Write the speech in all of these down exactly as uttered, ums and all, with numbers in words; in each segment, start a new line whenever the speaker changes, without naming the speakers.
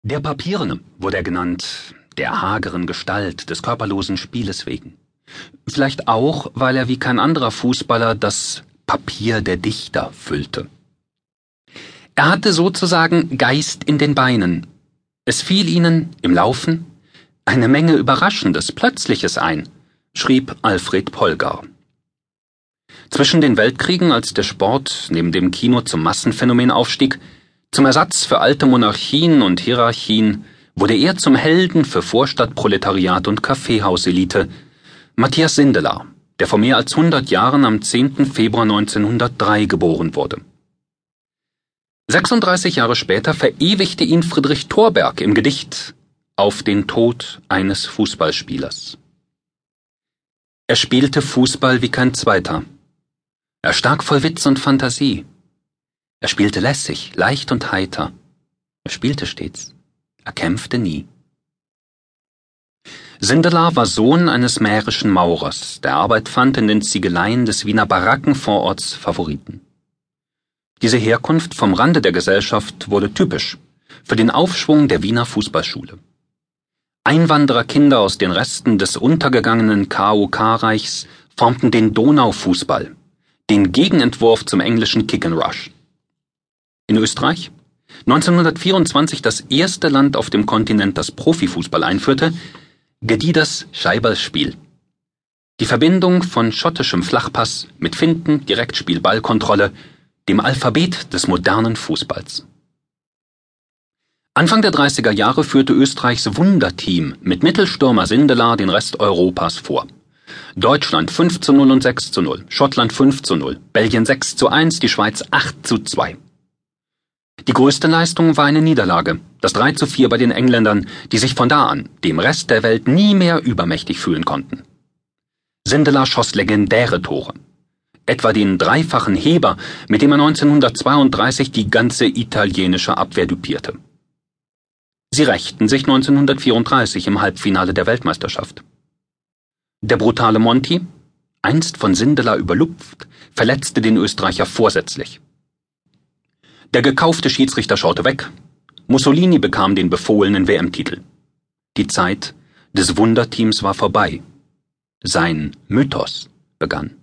Der Papierene wurde er genannt, der hageren Gestalt des körperlosen Spieles wegen. Vielleicht auch, weil er wie kein anderer Fußballer das Papier der Dichter füllte. Er hatte sozusagen Geist in den Beinen. Es fiel ihnen im Laufen eine Menge Überraschendes, Plötzliches ein, schrieb Alfred Polgar. Zwischen den Weltkriegen, als der Sport neben dem Kino zum Massenphänomen aufstieg, zum Ersatz für alte Monarchien und Hierarchien, wurde er zum Helden für Vorstadtproletariat und Kaffeehauselite, Matthias Sindelar, der vor mehr als hundert Jahren am zehnten Februar neunzehnhundertdrei geboren wurde. sechsunddreißig Jahre später verewigte ihn Friedrich Thorberg im Gedicht »Auf den Tod eines Fußballspielers«. Er spielte Fußball wie kein zweiter. Er stak voll Witz und Fantasie. Er spielte lässig, leicht und heiter. Er spielte stets. Er kämpfte nie. Sindelar war Sohn eines mährischen Maurers, der Arbeit fand in den Ziegeleien des Wiener Barackenvororts Favoriten. Diese Herkunft vom Rande der Gesellschaft wurde typisch für den Aufschwung der Wiener Fußballschule. Einwandererkinder aus den Resten des untergegangenen K O K-Reichs formten den Donaufußball, den Gegenentwurf zum englischen Kick and Rush. In Österreich, neunzehnhundertvierundzwanzig das erste Land auf dem Kontinent, das Profifußball einführte, gedieh das Scheiberlspiel. Die Verbindung von schottischem Flachpass mit Finten, Direktspiel, Ballkontrolle, dem Alphabet des modernen Fußballs. Anfang der dreißiger Jahre führte Österreichs Wunderteam mit Mittelstürmer Sindelar den Rest Europas vor. Deutschland fünf zu null und sechs zu null, Schottland fünf zu null, Belgien sechs zu eins, die Schweiz acht zu zwei. Die größte Leistung war eine Niederlage, das drei zu vier bei den Engländern, die sich von da an dem Rest der Welt nie mehr übermächtig fühlen konnten. Sindelar schoss legendäre Tore, etwa den dreifachen Heber, mit dem er neunzehnhundertzweiunddreißig die ganze italienische Abwehr düpierte. Sie rächten sich neunzehnhundertvierunddreißig im Halbfinale der Weltmeisterschaft. Der brutale Monti, einst von Sindelar überlupft, verletzte den Österreicher vorsätzlich. Der gekaufte Schiedsrichter schaute weg. Mussolini bekam den befohlenen W M-Titel. Die Zeit des Wunderteams war vorbei. Sein Mythos begann.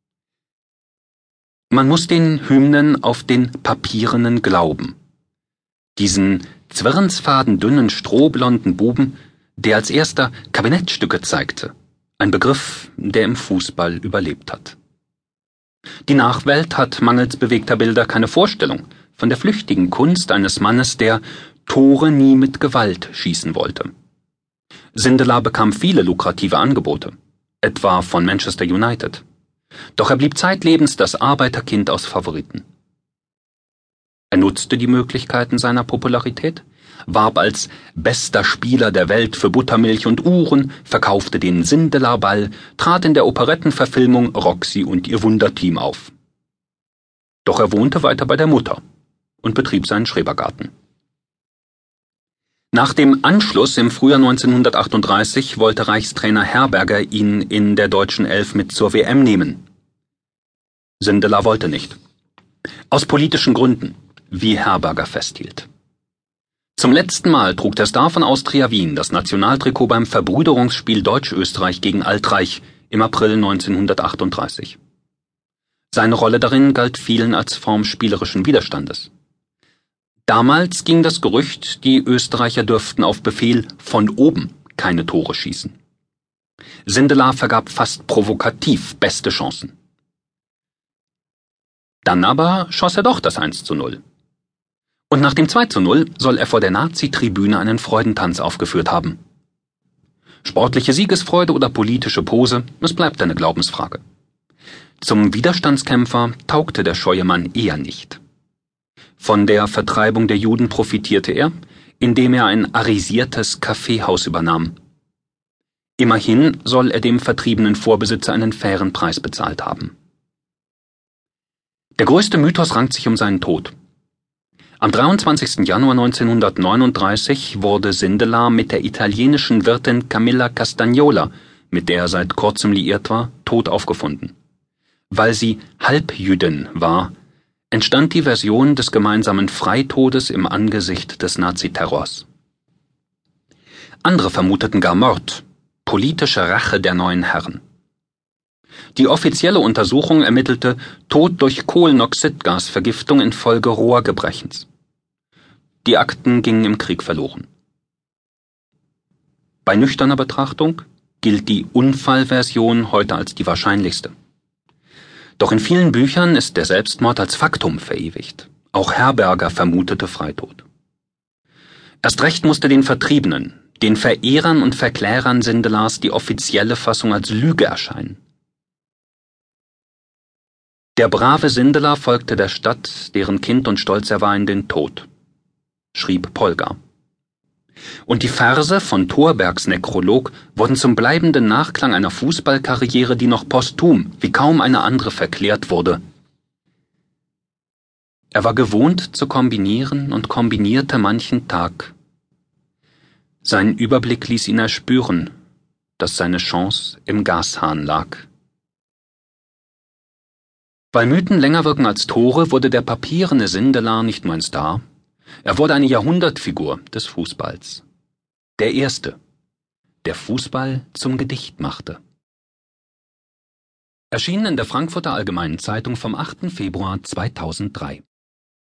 Man muss den Hymnen auf den Papierenen glauben. Diesen zwirnsfadendünnen, strohblonden Buben, der als erster Kabinettstücke zeigte. Ein Begriff, der im Fußball überlebt hat. Die Nachwelt hat mangels bewegter Bilder keine Vorstellung von der flüchtigen Kunst eines Mannes, der Tore nie mit Gewalt schießen wollte. Sindelar bekam viele lukrative Angebote, etwa von Manchester United. Doch er blieb zeitlebens das Arbeiterkind aus Favoriten. Er nutzte die Möglichkeiten seiner Popularität, warb als bester Spieler der Welt für Buttermilch und Uhren, verkaufte den Sindelar-Ball, trat in der Operettenverfilmung Roxy und ihr Wunderteam auf. Doch er wohnte weiter bei der Mutter und betrieb seinen Schrebergarten. Nach dem Anschluss im Frühjahr neunzehnhundertachtunddreißig wollte Reichstrainer Herberger ihn in der deutschen Elf mit zur W M nehmen. Sindelar wollte nicht. Aus politischen Gründen, wie Herberger festhielt. Zum letzten Mal trug der Star von Austria Wien das Nationaltrikot beim Verbrüderungsspiel Deutsch-Österreich gegen Altreich im April neunzehnhundertachtunddreißig. Seine Rolle darin galt vielen als Form spielerischen Widerstandes. Damals ging das Gerücht, die Österreicher dürften auf Befehl von oben keine Tore schießen. Sindelar vergab fast provokativ beste Chancen. Dann aber schoss er doch das eins zu null. Und nach dem zwei zu null soll er vor der Nazi-Tribüne einen Freudentanz aufgeführt haben. Sportliche Siegesfreude oder politische Pose, es bleibt eine Glaubensfrage. Zum Widerstandskämpfer taugte der scheue Mann eher nicht. Von der Vertreibung der Juden profitierte er, indem er ein arisiertes Kaffeehaus übernahm. Immerhin soll er dem vertriebenen Vorbesitzer einen fairen Preis bezahlt haben. Der größte Mythos rankt sich um seinen Tod. Am dreiundzwanzigsten Januar neunzehnhundertneununddreißig wurde Sindelar mit der italienischen Wirtin Camilla Castagnola, mit der er seit kurzem liiert war, tot aufgefunden. Weil sie Halbjüdin war, entstand die Version des gemeinsamen Freitodes im Angesicht des Naziterrors. Andere vermuteten gar Mord, politische Rache der neuen Herren. Die offizielle Untersuchung ermittelte Tod durch Kohlenmonoxidgasvergiftung infolge Rohrgebrechens. Die Akten gingen im Krieg verloren. Bei nüchterner Betrachtung gilt die Unfallversion heute als die wahrscheinlichste. Doch in vielen Büchern ist der Selbstmord als Faktum verewigt. Auch Herberger vermutete Freitod. Erst recht musste den Vertriebenen, den Verehrern und Verklärern Sindelars die offizielle Fassung als Lüge erscheinen. Der brave Sindelar folgte der Stadt, deren Kind und Stolz er war, in den Tod, schrieb Polgar. Und die Verse von Thorbergs Nekrolog wurden zum bleibenden Nachklang einer Fußballkarriere, die noch posthum wie kaum eine andere verklärt wurde. Er war gewohnt zu kombinieren und kombinierte manchen Tag. Sein Überblick ließ ihn erspüren, dass seine Chance im Gashahn lag. Weil Mythen länger wirken als Tore, wurde der papierene Sindelar nicht nur ein Star, er wurde eine Jahrhundertfigur des Fußballs. Der Erste, der Fußball zum Gedicht machte. Erschienen in der Frankfurter Allgemeinen Zeitung vom achten Februar zweitausenddrei.